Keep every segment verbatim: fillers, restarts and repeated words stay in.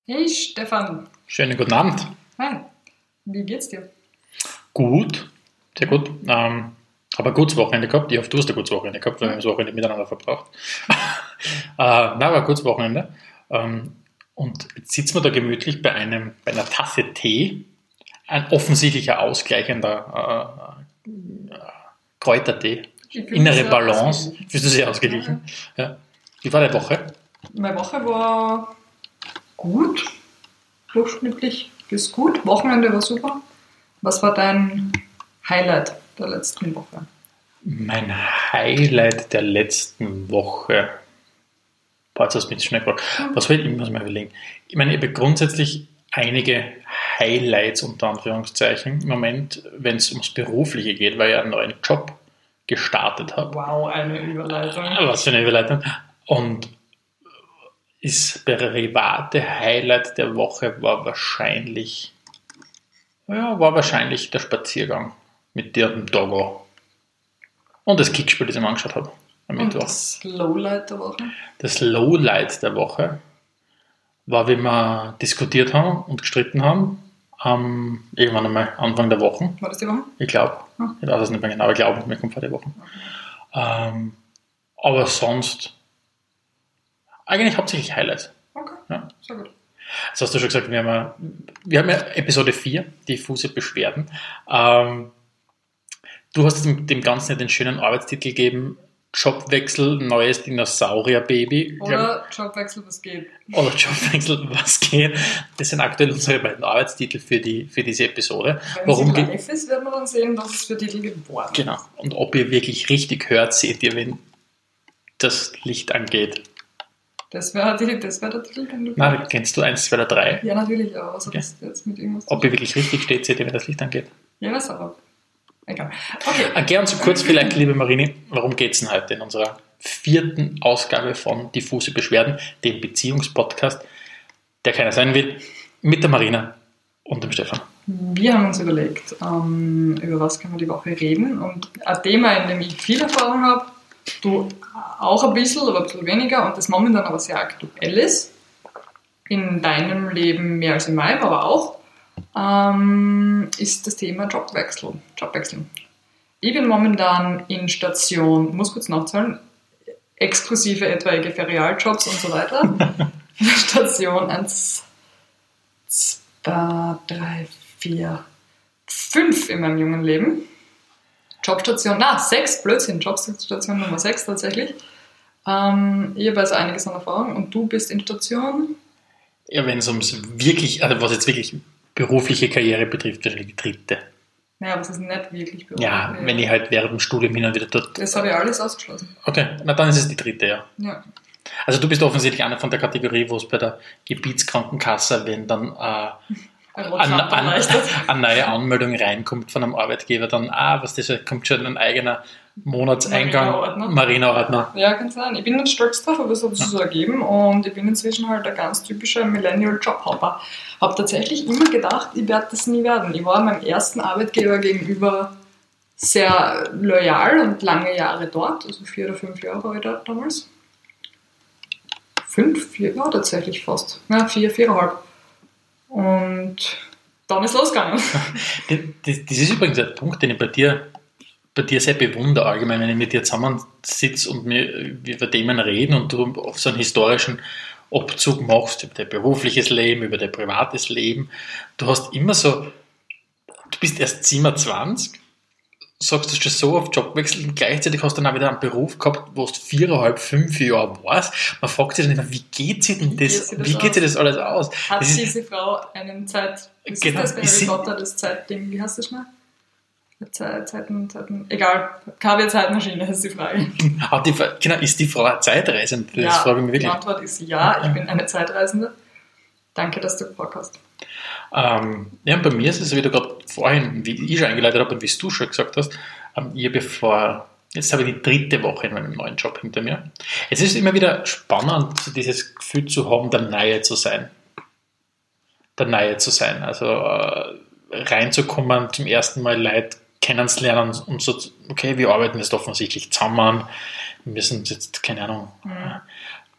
Hey Stefan. Schönen guten Abend. Hi, wie geht's dir? Gut, sehr gut. Ähm, habe ein gutes Wochenende gehabt. Ich hoffe, du hast ein gutes Wochenende gehabt, weil wir haben das Wochenende miteinander verbracht. äh, nein, war ein gutes Wochenende. Ähm, und jetzt sitzen wir da gemütlich bei, einem, bei einer Tasse Tee. Ein offensichtlicher ausgleichender äh, äh, Kräutertee. Innere Balance. Fühlst du sehr ausgeglichen? Ja. Ja. Wie war deine Woche? Meine Woche war gut, durchschnittlich bis gut. Wochenende war super. Was war dein Highlight der letzten Woche? Mein Highlight der letzten Woche. Boah, jetzt hast du mich schnell gefragt. Was will ich, ich muss mal überlegen. Ich meine, ich habe grundsätzlich einige Highlights unter Anführungszeichen im Moment, wenn es ums Berufliche geht, weil ich einen neuen Job gestartet habe. Wow, eine Überleitung. Was für eine Überleitung. Und das private Highlight der Woche war wahrscheinlich, ja, war wahrscheinlich der Spaziergang mit dir und dem Doggo. Und das Kickspiel, das ich mir angeschaut habe. Am Und Mittwoch. das Lowlight der Woche? Das Lowlight der Woche war, wie wir diskutiert haben und gestritten haben, ähm, irgendwann einmal Anfang der Woche. War das die Woche? Ich glaube. Hm. Ich weiß es nicht mehr genau, aber ich glaube, mir kommt vor der Woche. Ähm, aber sonst eigentlich hauptsächlich Highlights. Okay, Ja. sehr gut. Das hast du schon gesagt, wir haben ja, wir haben ja Episode vier, diffuse Beschwerden. Ähm, du hast dem, dem Ganzen ja den schönen Arbeitstitel gegeben, Jobwechsel, neues Dinosaurierbaby. Oder Jobwechsel, was geht? Oder Jobwechsel, was geht. Das sind aktuell unsere beiden Arbeitstitel für, die, für diese Episode. Wenn Warum sie geht, live ist, werden wir dann sehen, was es für Titel geworden ist. Genau. Und ob ihr wirklich richtig hört, seht ihr, wenn das Licht angeht. Das wäre das wär der Titel, den du... Na, kennst du eins, zwei oder drei? Ja, natürlich, aber was hat Okay. das jetzt mit irgendwas zu Ob ihr wirklich richtig steht, seht ihr, wenn das Licht angeht. Ja, das aber. Egal. Okay. Erklär uns kurz vielleicht, liebe Marini, worum geht es denn heute in unserer vierten Ausgabe von Diffuse Beschwerden, dem Beziehungspodcast, der keiner sein will, mit der Marina und dem Stefan. Wir haben uns überlegt, ähm, über was können wir die Woche reden. Und ein Thema, in dem ich viel Erfahrung habe, du auch ein bisschen, aber ein bisschen weniger, und das momentan aber sehr aktuell ist, in deinem Leben mehr als in meinem, aber auch, ähm, ist das Thema Jobwechsel. Jobwechsel. Ich bin momentan in Station, muss kurz nachzahlen, exklusive etwaige Ferialjobs und so weiter. Station eins, zwei, drei, vier, fünf in meinem jungen Leben. Jobstation, na, sechs, Blödsinn, Jobstation Nummer sechs tatsächlich. Ähm, ich habe also einiges an Erfahrung und du bist in Station? Ja, wenn es ums wirklich, also was jetzt wirklich berufliche Karriere betrifft, wahrscheinlich die dritte. Naja, aber es ist nicht wirklich beruflich. Ja, wenn ich halt während dem Studium hin und wieder dort... Das habe ich alles ausgeschlossen. Okay, na dann ist es die dritte, ja. Ja. Also du bist offensichtlich einer von der Kategorie, wo es bei der Gebietskrankenkasse, wenn dann äh, Ein eine, Rotschamp eine, erleichtert. eine neue Anmeldung reinkommt von einem Arbeitgeber, dann, ah, was das ist, kommt schon ein eigener Monatseingang, Marina-Ordner. Marina-Ordner. Ja, kann sein. Ich bin nicht stolz drauf, aber es hat sich so ergeben und ich bin inzwischen halt ein ganz typischer Millennial-Jobhopper. Habe tatsächlich immer gedacht, ich werde das nie werden. Ich war meinem ersten Arbeitgeber gegenüber sehr loyal und lange Jahre dort, also vier oder fünf Jahre war ich dort damals. Fünf, vier, ja tatsächlich fast. Ja, vier, viereinhalb. Und dann ist losgegangen. Das, das, das ist übrigens ein Punkt, den ich bei dir, bei dir sehr bewundere, allgemein, wenn ich mit dir zusammensitze und wir über Themen reden und du auf so einen historischen Abzug machst, über dein berufliches Leben, über dein privates Leben. Du hast immer so, du bist erst siebenundzwanzig, sagst du schon so auf Jobwechsel und gleichzeitig hast du dann auch wieder einen Beruf gehabt, wo du viereinhalb, fünf Jahre warst. Man fragt sich dann immer, wie geht sich denn das, wie geht sich das alles aus? Hat Das ist- diese Frau einen Zeit... Was Genau, ist das bei ist Harry sie- Potter, das Zeitding? Wie heißt das schnell? Zeit, Zeiten, Zeiten... Egal, K W-Zeitmaschine ist die Frage. Hat die, genau, ist die Frau eine Zeitreisende? Das frage ich mich die wirklich. Antwort ist ja, ich bin eine Zeitreisende. Danke, dass du gefragt hast. Ähm, ja, und bei mir ist es, wie du gerade vorhin, wie ich schon eingeleitet habe und wie es du schon gesagt hast, ähm, ich habe vor, jetzt habe ich die dritte Woche in meinem neuen Job hinter mir. Es ist immer wieder spannend, so dieses Gefühl zu haben, der Neue zu sein. Der Neue zu sein. Also äh, reinzukommen, zum ersten Mal Leute kennenzulernen und so, okay, wir arbeiten jetzt offensichtlich zusammen, wir müssen jetzt, keine Ahnung, Mhm.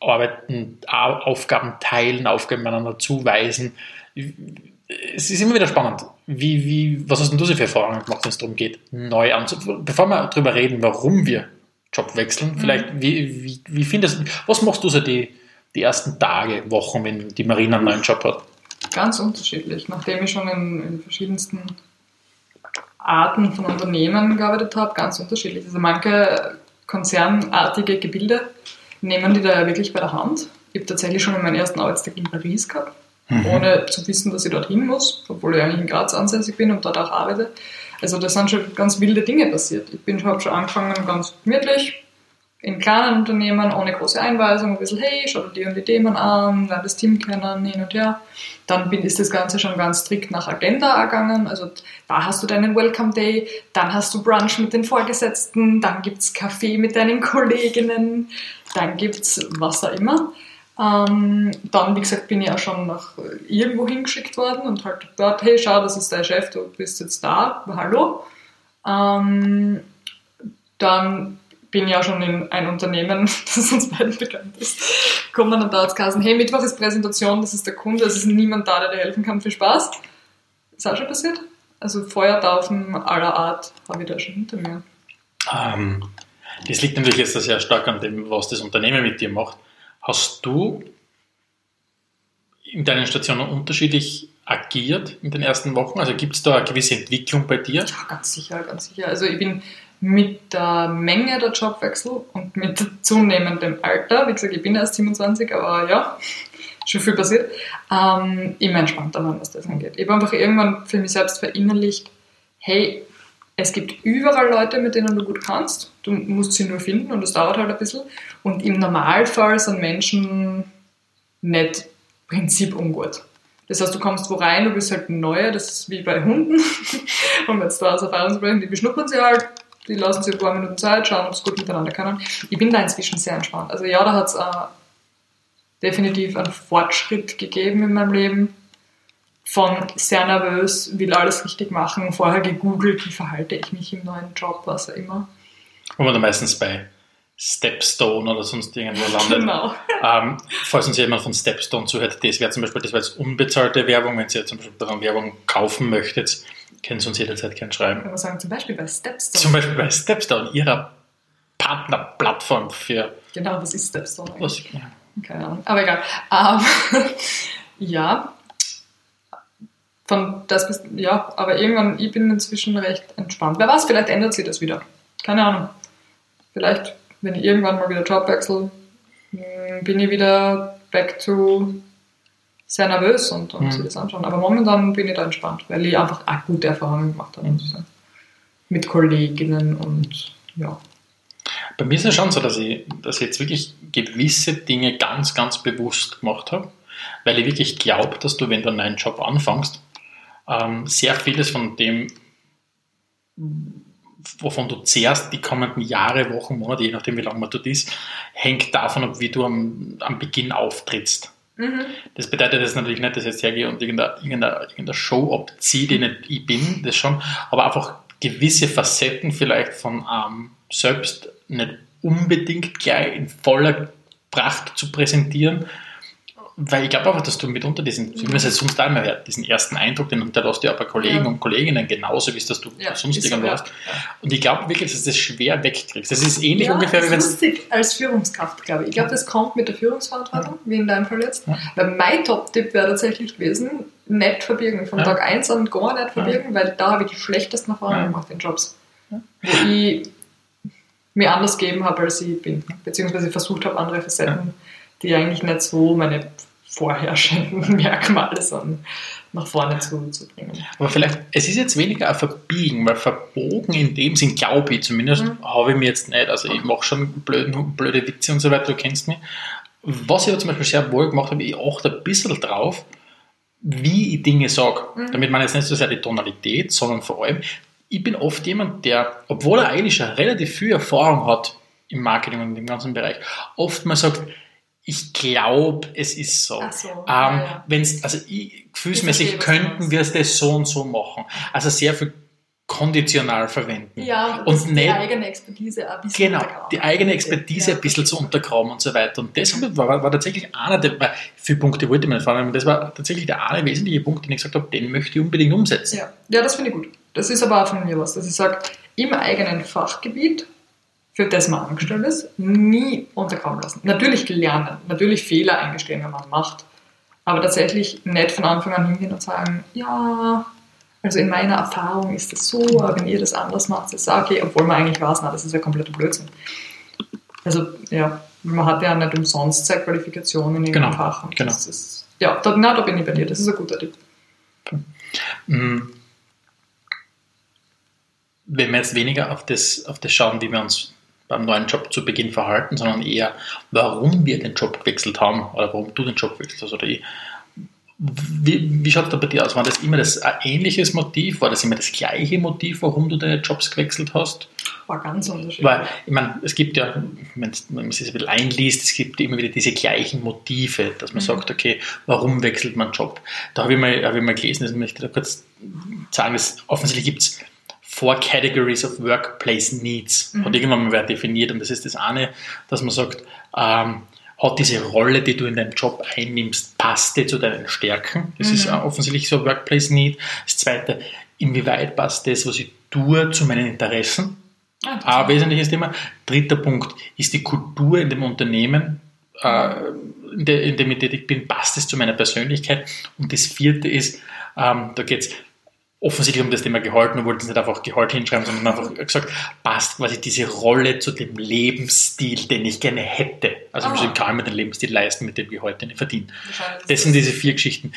arbeiten, Aufgaben teilen, Aufgaben einander zuweisen. Es ist immer wieder spannend. Wie, wie, was hast denn du so für Erfahrungen gemacht, wenn es darum geht, neu anzufangen? Bevor wir darüber reden, warum wir Job wechseln, vielleicht, mhm. wie, wie, wie findest du, was machst du so die, die ersten Tage, Wochen, wenn die Marina einen neuen Job hat? Ganz unterschiedlich. Nachdem ich schon in, in verschiedensten Arten von Unternehmen gearbeitet habe, ganz unterschiedlich. Also manche konzernartige Gebilde nehmen die da ja wirklich bei der Hand. Ich habe tatsächlich schon meinen ersten Arbeitstag in Paris gehabt, mhm. ohne zu wissen, dass ich dorthin muss, obwohl ich eigentlich in Graz ansässig bin und dort auch arbeite. Also da sind schon ganz wilde Dinge passiert. Ich habe schon angefangen ganz gemütlich, in kleinen Unternehmen, ohne große Einweisung, ein bisschen, hey, schau dir die und die Themen an, lerne das Team kennen, hin und her. Dann bin, ist das Ganze schon ganz strikt nach Agenda gegangen. Also da hast du deinen Welcome Day, dann hast du Brunch mit den Vorgesetzten, dann gibt es Kaffee mit deinen Kolleginnen, dann gibt es was auch immer. Ähm, dann, wie gesagt, bin ich auch schon nach irgendwo hingeschickt worden und halt dort, hey, schau, das ist dein Chef, du bist jetzt da, hallo. Ähm, dann bin ja schon in ein Unternehmen, das uns beiden bekannt ist, gekommen und da hat es geheißen, hey, Mittwoch ist Präsentation, das ist der Kunde, es ist niemand da, der dir helfen kann, viel Spaß. Ist auch schon passiert. Also Feuertaufen aller Art habe ich da schon hinter mir. Ähm, das liegt natürlich jetzt sehr stark an dem, was das Unternehmen mit dir macht. Hast du in deinen Stationen unterschiedlich agiert in den ersten Wochen? Also gibt es da eine gewisse Entwicklung bei dir? Ja, ganz sicher, ganz sicher. Also ich bin mit der Menge der Jobwechsel und mit zunehmendem Alter, wie gesagt, ich bin erst siebenundzwanzig, aber ja, schon viel passiert, ähm, immer entspannter waren, was das angeht. Ich habe einfach irgendwann für mich selbst verinnerlicht, hey, es gibt überall Leute, mit denen du gut kannst, du musst sie nur finden und das dauert halt ein bisschen und im Normalfall sind Menschen nicht prinzipungut. Das heißt, du kommst wo rein, du bist halt ein Neuer, das ist wie bei Hunden, um jetzt da aus Erfahrung zu sprechen, die beschnuppern sie halt, die lassen sich ein paar Minuten Zeit, schauen, ob sie gut miteinander können. Ich bin da inzwischen sehr entspannt. Also ja, da hat es äh, definitiv einen Fortschritt gegeben in meinem Leben. Von sehr nervös, will alles richtig machen, vorher gegoogelt, wie verhalte ich mich im neuen Job, was auch immer. Wo man dann meistens bei Stepstone oder sonst irgendwo landet. Genau. Ähm, falls uns jemand von Stepstone zuhört, das wäre zum Beispiel, das wäre jetzt unbezahlte Werbung, wenn ihr zum Beispiel daran Werbung kaufen möchtet, können Sie uns jederzeit gerne schreiben. Kann man sagen, zum Beispiel bei Stepstone. Zum Beispiel bei Stepstone, ihrer Partnerplattform für... Genau, was ist Stepstone was, eigentlich? Ja. Keine Ahnung, aber egal. Ähm, ja, von das bis, ja, aber irgendwann, ich bin inzwischen recht entspannt. Wer weiß, vielleicht ändert sich das wieder. Keine Ahnung. Vielleicht, wenn ich irgendwann mal wieder Job wechsle, bin ich wieder back to sehr nervös und, und mhm. sich das anschauen. Aber momentan bin ich da entspannt, weil ich einfach auch gute Erfahrungen gemacht habe. Mhm. Mit Kolleginnen und ja. Bei mir ist es schon so, dass ich, dass ich jetzt wirklich gewisse Dinge ganz, ganz bewusst gemacht habe, weil ich wirklich glaube, dass du, wenn du einen neuen Job anfängst, ähm, sehr vieles von dem, wovon du zehrst, die kommenden Jahre, Wochen, Monate, je nachdem wie lange man dort ist, hängt davon ab, wie du am, am Beginn auftrittst. Mhm. Das bedeutet jetzt natürlich nicht, dass ich jetzt hergehe und irgendeine, irgendeine, irgendeine Show abziehe, die nicht ich bin, das schon, aber einfach gewisse Facetten vielleicht von ähm, selbst nicht unbedingt gleich in voller Pracht zu präsentieren, weil ich glaube einfach, dass du mitunter diesen, wie man es jetzt sonst auch immer hört, diesen ersten Eindruck, den hinterlässt du ja bei Kollegen ja. und Kolleginnen genauso, wie es das du ja, sonst irgendwo hast. Ja. Und ich glaube wirklich, dass du das schwer wegkriegst. Das ist ähnlich ja, ungefähr, wie wenn es... lustig als Führungskraft, glaube ich. Ich glaube, das kommt mit der Führungsverantwortung, ja. wie in deinem Fall jetzt. Ja. Weil mein Top-Tipp wäre tatsächlich gewesen, nicht verbirgen. Von ja. Tag eins an gar nicht verbirgen, ja. weil da habe ich die schlechtesten Erfahrungen ja. gemacht in Jobs. Ja. Wo ich mir anders gegeben habe, als ich bin. Beziehungsweise versucht habe, andere Facetten, ja. die eigentlich nicht so meine vorherrschenden Merkmale sind, nach vorne zu, zu bringen. Aber vielleicht, es ist jetzt weniger ein Verbiegen, weil verbogen in dem Sinn, glaube ich, zumindest mhm. habe ich mir jetzt nicht, also ich mache schon blöde, blöde Witze und so weiter, du kennst mich. Was ich aber zum Beispiel sehr wohl gemacht habe, ich achte ein bisschen drauf, wie ich Dinge sage. Mhm. Damit meine ich jetzt nicht so sehr die Tonalität, sondern vor allem, ich bin oft jemand, der, obwohl er eigentlich schon relativ viel Erfahrung hat im Marketing und im ganzen Bereich, oft mal sagt, ich glaube, es ist so. Ach so ähm, ja, ja. Wenn's, also ich, gefühlsmäßig ich könnten wir es das so und so machen. Also sehr viel konditional verwenden. Ja, und die nicht, eigene Expertise ein bisschen genau, untergraben. die eigene Expertise ja, ein bisschen zu untergraben und so weiter. Und das war, war, war tatsächlich einer der, weil viele Punkte wollte ich mir nicht fragen, das war tatsächlich der eine wesentliche Punkt, den ich gesagt habe, den möchte ich unbedingt umsetzen. Ja, ja, das finde ich gut. Das ist aber auch von mir was, dass ich sage, im eigenen Fachgebiet, für das man angestellt ist, nie untergraben lassen. Natürlich lernen, natürlich Fehler eingestehen, wenn man macht, aber tatsächlich nicht von Anfang an hingehen und sagen, ja, also in meiner Erfahrung ist das so, aber wenn ihr das anders macht, ist es okay, obwohl man eigentlich weiß, na, das ist ja kompletter Blödsinn. Also, ja, man hat ja nicht umsonst seine Qualifikationen in genau, dem Fach. Und genau. Das ist, ja, da, na, da bin ich bei dir, das ist ein guter Tipp. Wenn wir jetzt weniger auf das, auf das schauen, wie wir uns beim neuen Job zu Beginn verhalten, sondern eher, warum wir den Job gewechselt haben oder warum du den Job wechselst hast oder ich. Wie, wie schaut es da bei dir aus? War das immer das ein ähnliches Motiv? War das immer das gleiche Motiv, warum du deine Jobs gewechselt hast? War ganz unterschiedlich. Weil, ich meine, es gibt ja, wenn man sich ein bisschen einliest, es gibt immer wieder diese gleichen Motive, dass man mhm. sagt, okay, warum wechselt man Job? Da habe ich mal, habe ich mal gelesen, das möchte ich da kurz sagen, dass offensichtlich gibt es Four Categories of Workplace Needs. Mhm. Hat irgendwann mal wer definiert. Und das ist das eine, dass man sagt, ähm, hat diese Rolle, die du in deinem Job einnimmst, passt die zu deinen Stärken? Das mhm. ist offensichtlich so ein Workplace Need. Das zweite, inwieweit passt das, was ich tue, zu meinen Interessen? Ah, ein wesentliches Thema. Dritter Punkt, ist die Kultur in dem Unternehmen, äh, in, de, in dem ich tätig bin, passt es zu meiner Persönlichkeit? Und das vierte ist, ähm, da geht es offensichtlich um das Thema Gehalt, nur wollten sie nicht einfach Gehalt hinschreiben, sondern einfach gesagt, passt quasi diese Rolle zu dem Lebensstil, den ich gerne hätte. Also ah. ich kann ich mir den Lebensstil leisten mit dem Gehalt, den ich verdiene. Das sind diese vier Geschichten.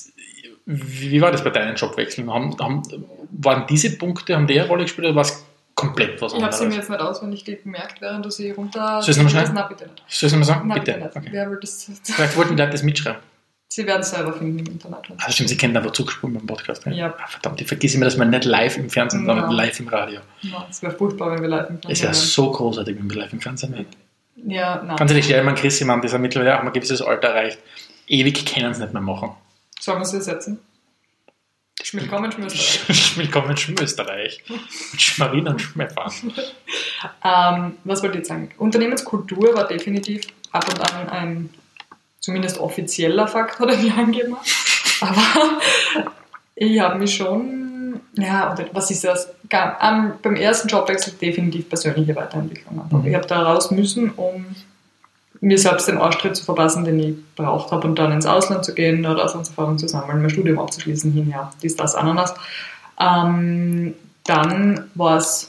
Wie war das bei deinen Jobwechseln? Haben, haben, waren diese Punkte, haben die eine Rolle gespielt oder war es komplett was anderes? Ich habe sie mir jetzt nicht auswendig gemerkt, während du sie runter... Soll ich es nochmal schreiben? Nein, bitte nicht. Soll ich es nochmal sagen? Nein, bitte. bitte nicht. Okay. Wer will das? Vielleicht wollten die Leute das mitschreiben. Sie werden es selber finden im Internet. Also stimmt, sie kennen einfach zugesprungen beim Podcast. Ja. Ah, verdammt, ich vergesse immer, dass wir nicht live im Fernsehen, sondern ja. live im Radio. Ja, es wäre furchtbar, wenn wir live im Fernsehen Es wäre so großartig, wenn wir live im Fernsehen wären. Ja, nein. Ganz ehrlich, ja, ich meine, Chris, ich meine, das hat mittlerweile auch ein gewisses Alter erreicht. Ewig können sie nicht mehr machen. Sollen wir sie setzen? Willkommen in Österreich. Willkommen in Österreich. Mit Schmarin und Schmeffern. ähm, was wollte ich jetzt sagen? Unternehmenskultur war definitiv ab und an ein zumindest offizieller Faktor, den ich angegeben habe. Aber ich habe mich schon, ja, und was ist das? Um, beim ersten Jobwechsel definitiv persönliche Weiterentwicklung. Mhm. Ich habe da raus müssen, um mir selbst den Arschtritt zu verpassen, den ich braucht habe, und dann ins Ausland zu gehen oder Auslandserfahrung zu sammeln, mein Studium abzuschließen, hin, ja, dies, das, Ananas. Ähm, dann war es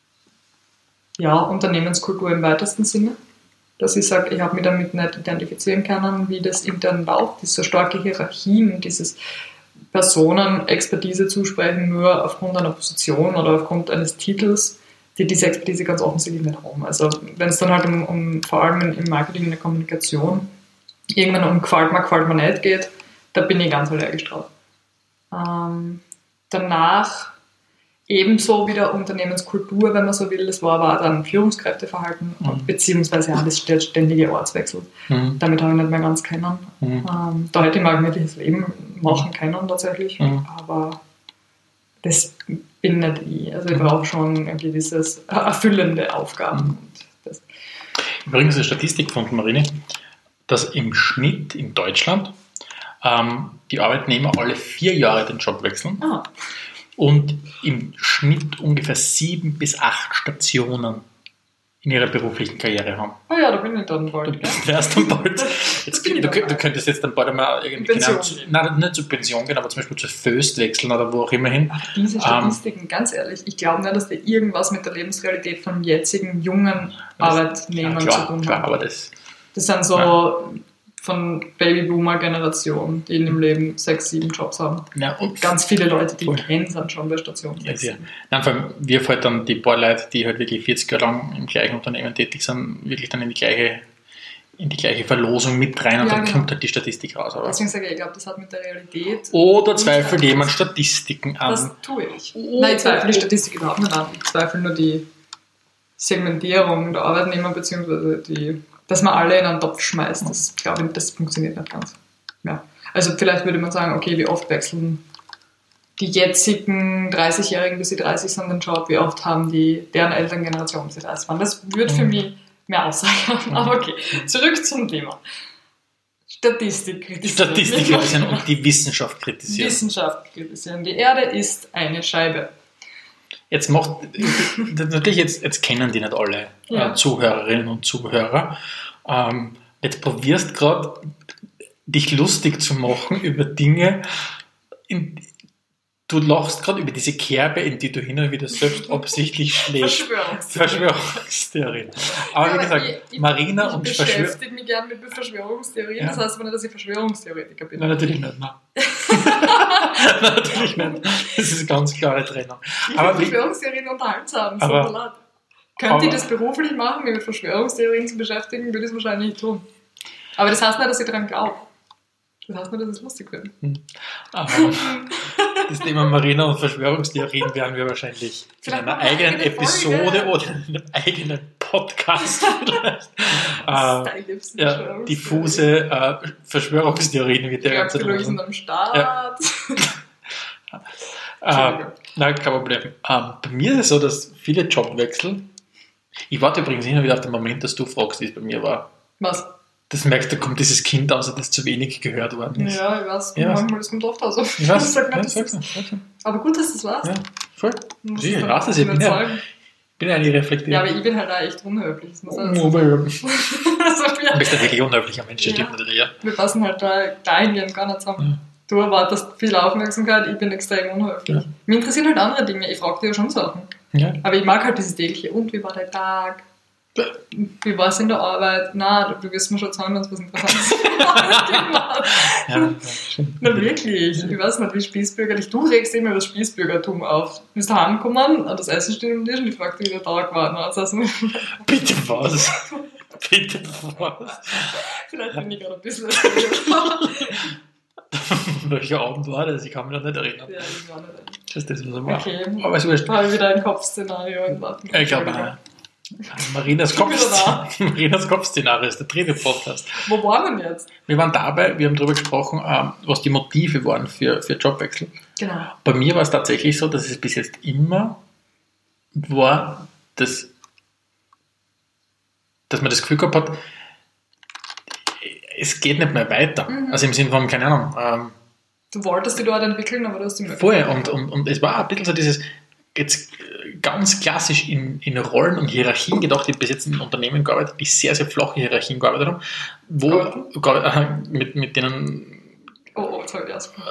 ja, Unternehmenskultur im weitesten Sinne, dass ich sage, ich habe mich damit nicht identifizieren können, wie das intern läuft, diese starke Hierarchien, dieses Personen Expertise zusprechen nur aufgrund einer Position oder aufgrund eines Titels, die diese Expertise ganz offensichtlich nicht haben. Also wenn es dann halt um, um vor allem im Marketing, in der Kommunikation irgendwann um gefällt mir, gefällt mir nicht geht, da bin ich ganz allergisch drauf. Ähm, danach ebenso wieder Unternehmenskultur, wenn man so will, das war aber auch dann Führungskräfteverhalten, mhm. beziehungsweise auch das ständige Ortswechsel. Mhm. Damit habe ich nicht mehr ganz kennen. Mhm. Ähm, da hätte ich mal ein gemütliches Leben machen können tatsächlich, mhm. aber das bin nicht ich. Also ich brauche schon ein gewisses erfüllende Aufgaben. Mhm. Das. Übrigens eine Statistik gefunden, Marini, dass im Schnitt in Deutschland ähm, die Arbeitnehmer alle vier Jahre den Job wechseln. Aha. Und im Schnitt ungefähr sieben bis acht Stationen in ihrer beruflichen Karriere haben. Ah oh ja, da bin ich dann bald. Du wärst dann bald. Jetzt, du, du könntest jetzt dann bald einmal irgendwie genau, zu, nein, nicht zur Pension gehen, aber zum Beispiel zur Föst wechseln oder wo auch immer hin. Ach, diese Statistiken, ähm, ganz ehrlich, ich glaube nicht, dass die irgendwas mit der Lebensrealität von jetzigen jungen Arbeitnehmern ja, klar, zu tun klar, haben. Aber das, das sind so ja. von Babyboomer-Generation, die in dem Leben sechs, sieben Jobs haben. Ja, und ganz viele Leute, die kennen, sind schon bei Station sechs. Ja, Nein, vor allem, wir halt dann die paar Leute, die halt wirklich vierzig Jahre lang im gleichen Unternehmen tätig sind, wirklich dann in die gleiche, in die gleiche Verlosung mit rein und ja, dann genau. kommt halt die Statistik raus. Aber deswegen sage ich, ich glaube, das hat mit der Realität... Oder zweifelt jemand Statistiken an? Das tue ich. Oder Nein, ich zweifle die Statistik überhaupt nicht an. Ich zweifle nur die Segmentierung der Arbeitnehmer, beziehungsweise die... dass man alle in einen Topf schmeißt, das glaube ich, das funktioniert nicht ganz. Ja. Also vielleicht würde man sagen, okay, wie oft wechseln die jetzigen dreißigjährigen, bis sie dreißig sind, den Job, wie oft haben die, deren Elterngeneration, bis sie dreißig waren. Das würde für mich mehr Aussage haben. Aber okay, zurück zum Thema. Statistik kritisieren. Statistik kritisieren und die Wissenschaft kritisieren. Wissenschaft kritisieren. Die Erde ist eine Scheibe. Jetzt macht, natürlich, jetzt, jetzt kennen die nicht alle Ja. äh, Zuhörerinnen und Zuhörer. Ähm, jetzt probierst gerade, dich lustig zu machen über Dinge, in, du lachst gerade über diese Kerbe, in die du hin und wieder selbst absichtlich schlägst. Verschwörungstheorien. Verschwörungstheorien. Aber Ja, wie gesagt, ich, ich, Marina ich und Verschwörungstheorien. beschäftige mich gerne mit Verschwörungstheorien. Ja. Das heißt aber nicht, dass ich Verschwörungstheoretiker bin. Nein, natürlich nicht. Nein. Nein, natürlich nicht. Das ist eine ganz klare Trennung. Ich Aber finde wie, Verschwörungstheorien unterhaltsam. So Aber- leid. Könnte aber- ich das beruflich machen, mich mit Verschwörungstheorien zu beschäftigen, würde ich es wahrscheinlich nicht tun. Aber das heißt nicht, dass ich daran glaube. Das heißt nur, dass es lustig wird. ähm, das Thema Marina und Verschwörungstheorien werden wir wahrscheinlich in Vielleicht einer machen wir eine eigenen eigene Episode Folge. oder in einem eigenen Podcast vielleicht. Das ist äh, deine liebsten ja, Verschwörungstheorien. diffuse äh, Verschwörungstheorien wird der Ja, ganze Biologie sind am Start. Äh, nein, kein Problem. Ähm, bei mir ist es so, dass viele Jobwechsel. Ich warte übrigens hin und wieder auf den Moment, dass du fragst, wie es bei mir war. Was? Das merkst du, da kommt dieses Kind aus, das zu wenig gehört worden ist. Ja, ich weiß. Ja. Manchmal ist es oft also. Ich weiß, Das sagt ja, nicht, das sag's ist- nicht, sag's nicht. Aber gut, dass du es weißt. Ja, voll. Du musst Ich es dann weiß das, ich bin ja, überzeugen. bin ja nicht reflektiert. Ja, aber ich bin halt auch echt unhöflich. Das muss ich Oh, aber ja. also, Du wir, bist ein wirklich unhöflicher Mensch, das Ja. stimmt natürlich, ja. wir passen halt da dahingehend gar nicht zusammen. Ja. Du erwartest viel Aufmerksamkeit, ich bin extrem unhöflich. Ja. Mich interessieren halt andere Dinge. Ich frage dir ja schon Sachen. Ja. Aber ich mag halt dieses tägliche. Und wie war der Tag? Wie war es in der Arbeit? Na, du, du wirst mir schon sagen, wenn es was Interessantes Ja, ja, stimmt. Na wirklich, ich weiß nicht, wie spießbürgerlich. Du regst immer über das Spießbürgertum auf. Du bist heimgekommen, und das Essen steht am Tisch und ich fragte, wie der Tag war. Na, also, Bitte was? Bitte was? vielleicht bin ich gerade ein bisschen. Welcher Abend war das? Ich kann mich noch nicht erinnern. Ja, ich war nicht. Das ist das, was er macht. Okay. Aber es ist wurscht. Da habe ich wieder ein Kopfszenario in Warten. Ich glaube, äh, Marinas, Ich bin wieder Kopf, Marinas Kopfszenario ist der dritte Podcast. Wo waren wir denn jetzt? Wir waren dabei, wir haben darüber gesprochen, ähm, was die Motive waren für, für Jobwechsel. Genau. Bei mir war es tatsächlich so, dass es bis jetzt immer war, dass, dass man das Gefühl gehabt hat, es geht nicht mehr weiter. Mhm. Also im Sinne von, keine Ahnung, ähm, Du wolltest dich dort entwickeln, aber du hast die Möglichkeit. vorher. Und, und, und es war ein bisschen so dieses, jetzt ganz klassisch in, in Rollen und Hierarchien gedacht. Ich habe bis jetzt in Unternehmen gearbeitet, die sehr, sehr flache Hierarchien gearbeitet haben, wo, äh, mit, mit denen Oh, oh, jetzt habe ich erst.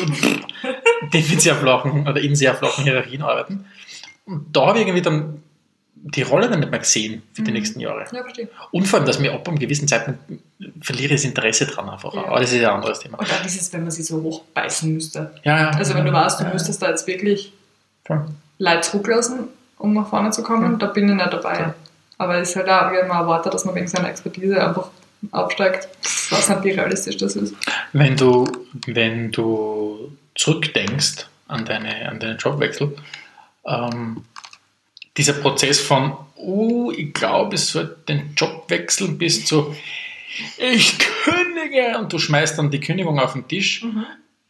die mit sehr flachen oder in sehr flachen Hierarchien arbeiten. Und da habe ich irgendwie dann die Rolle dann nicht mehr gesehen für die Mhm. nächsten Jahre. Ja, verstehe. Und vor allem, dass mir ab einem gewissen Zeitpunkt verliere ich das Interesse dran einfach. Ja. Aber das ist ja ein anderes Thema. Und dann ist es, wenn man sie so hochbeißen müsste. Ja, ja. Also wenn du weißt, du ja, müsstest da jetzt wirklich voll. Leute zurücklassen, um nach vorne zu kommen, Ja. da bin ich nicht dabei. Ja. Aber es ist halt auch, wenn man erwartet, dass man wegen seiner Expertise einfach aufsteigt. Ich weiß nicht, wie realistisch das ist. Wenn du, wenn du zurückdenkst an, deine, an deinen Jobwechsel, ähm, dieser Prozess von, oh, ich glaube, es sollte den Job wechseln, bis zu, ich kündige, und du schmeißt dann die Kündigung auf den Tisch. Mhm.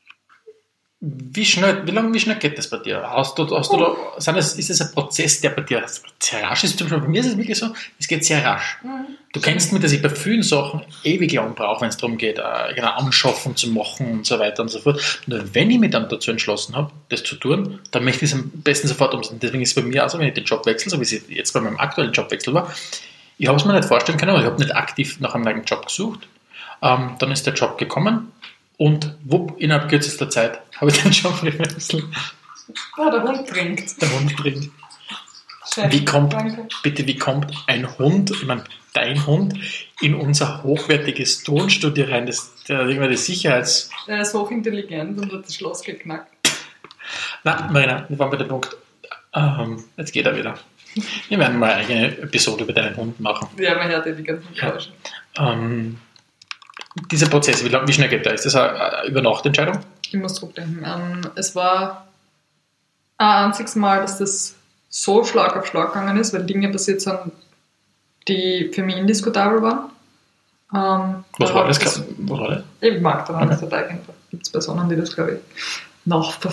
Wie schnell, wie lange, wie schnell geht das bei dir? Hast du, hast du da, sind das, ist das ein Prozess, der bei dir sehr rasch ist? Zum Beispiel bei mir ist es wirklich so, es geht sehr rasch. Mhm. Du kennst mich, dass ich bei vielen Sachen ewig lang brauche, wenn es darum geht, eine Anschaffung zu machen und so weiter und so fort. Nur wenn ich mich dann dazu entschlossen habe, das zu tun, dann möchte ich es am besten sofort umsetzen. Deswegen ist es bei mir auch so, wenn ich den Job wechsle, so wie es jetzt bei meinem aktuellen Jobwechsel war, ich habe es mir nicht vorstellen können, aber ich habe nicht aktiv nach einem neuen Job gesucht. Ähm, dann ist der Job gekommen und wupp, innerhalb kürzester Zeit habe ich den Job gewechselt. Ah, der Hund trinkt. Der Hund drin. Schön. Wie kommt, Danke. bitte, wie kommt ein Hund, ich meine, dein Hund, in unser hochwertiges Tonstudio rein? Das, der hat irgendwie das Sicherheits... Er ist hochintelligent und hat das Schloss geknackt. Nein, Marina, wir waren bei dem Punkt. Ähm, jetzt geht er wieder. Wir werden mal eine eigene Episode über deinen Hund machen. Ja, man hört ja die ganzen Geräusche. Ähm, dieser Prozess, wie, lang, wie schnell geht der? Ist das eine, eine Übernachtentscheidung? Ich muss zurückdenken. Ähm, es war ein einziges Mal, dass das so Schlag auf Schlag gegangen ist, weil Dinge passiert sind, die für mich indiskutabel waren. Ähm, Was da war hat das? Was war das? Ich mag daran Okay. nicht dabei gehen. Da gibt es Personen, die das, glaube ich, nachverfolgen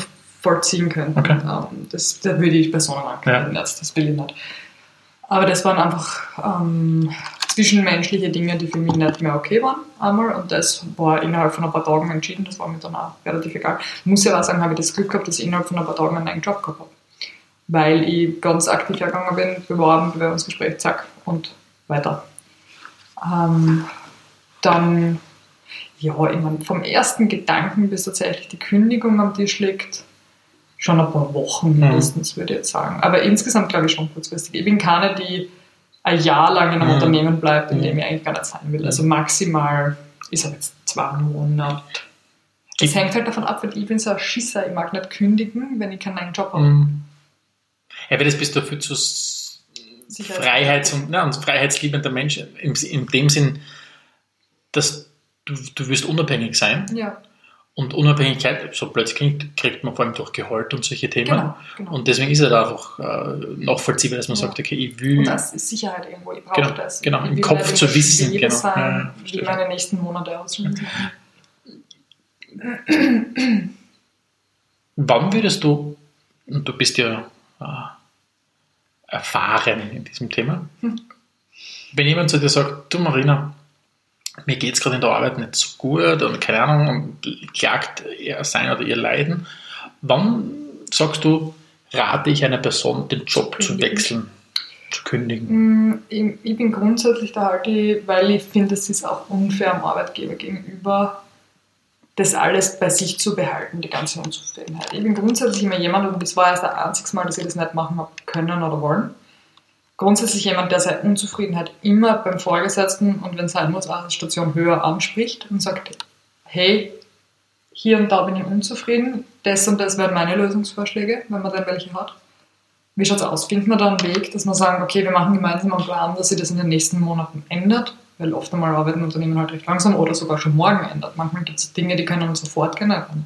vollziehen könnten. Okay. Ähm, das, da würde ich Personen ankündigen, ja. das will ich nicht. Aber das waren einfach ähm, zwischenmenschliche Dinge, die für mich nicht mehr okay waren einmal, und das war innerhalb von ein paar Tagen entschieden, das war mir dann auch relativ egal. Ich muss ja auch sagen, habe ich das Glück gehabt, dass ich innerhalb von ein paar Tagen einen neuen Job gehabt habe. Weil ich ganz aktiv hergegangen bin, beworben, Bewerbungsgespräch, zack, und weiter. Ähm, dann, ja, ich meine, vom ersten Gedanken bis tatsächlich die Kündigung am Tisch liegt, schon ein paar Wochen mindestens, mhm. würde ich jetzt sagen. Aber insgesamt glaube ich schon kurzfristig. Ich bin keine, die ein Jahr lang in einem mhm. Unternehmen bleibt, in dem ich eigentlich gar nicht sein will. Also maximal, ich sage jetzt zwei Monate. Das hängt halt davon ab, weil ich bin so ein Schisser, ich mag nicht kündigen, wenn ich keinen neuen Job habe. Mhm. Ja, weil das bist du viel zu Freiheits- und, ja, und freiheitsliebender Mensch, in, in dem Sinn, dass du, du wirst unabhängig sein. Ja. Und Unabhängigkeit, so plötzlich kriegt man vor allem durch Gehalt und solche Themen. Genau, genau. Und deswegen ist es halt einfach äh, nachvollziehbar, dass man ja. sagt, okay, ich will... Und das ist Sicherheit irgendwo, ich brauche genau, das. Genau, ich im Kopf zu wissen. Genau. Sein, ja, wie meine nächsten Monate aussehen. Wann würdest du, und du bist ja äh, erfahren in diesem Thema, hm. wenn jemand zu dir sagt, du Marina, mir geht es gerade in der Arbeit nicht so gut und keine Ahnung, und klagt er sein oder ihr Leiden, wann sagst du, rate ich einer Person, den Job kündigen. zu wechseln, zu kündigen? Ich, ich bin grundsätzlich da halt, weil ich finde, es ist auch unfair am Arbeitgeber gegenüber, das alles bei sich zu behalten, die ganze Unzufriedenheit. Ich bin grundsätzlich immer jemand, und das war erst das einzige Mal, dass ich das nicht machen habe können oder wollen, grundsätzlich jemand, der seine Unzufriedenheit immer beim Vorgesetzten und wenn es sein muss, auch eine Station höher anspricht und sagt, hey, hier und da bin ich unzufrieden, das und das wären meine Lösungsvorschläge, wenn man dann welche hat. Wie schaut es aus? Findet man da einen Weg, dass man sagen, okay, wir machen gemeinsam einen Plan, dass sich das in den nächsten Monaten ändert, weil oft einmal arbeiten Unternehmen halt recht langsam oder sogar schon morgen ändert. Manchmal gibt es Dinge, die können sofort generieren.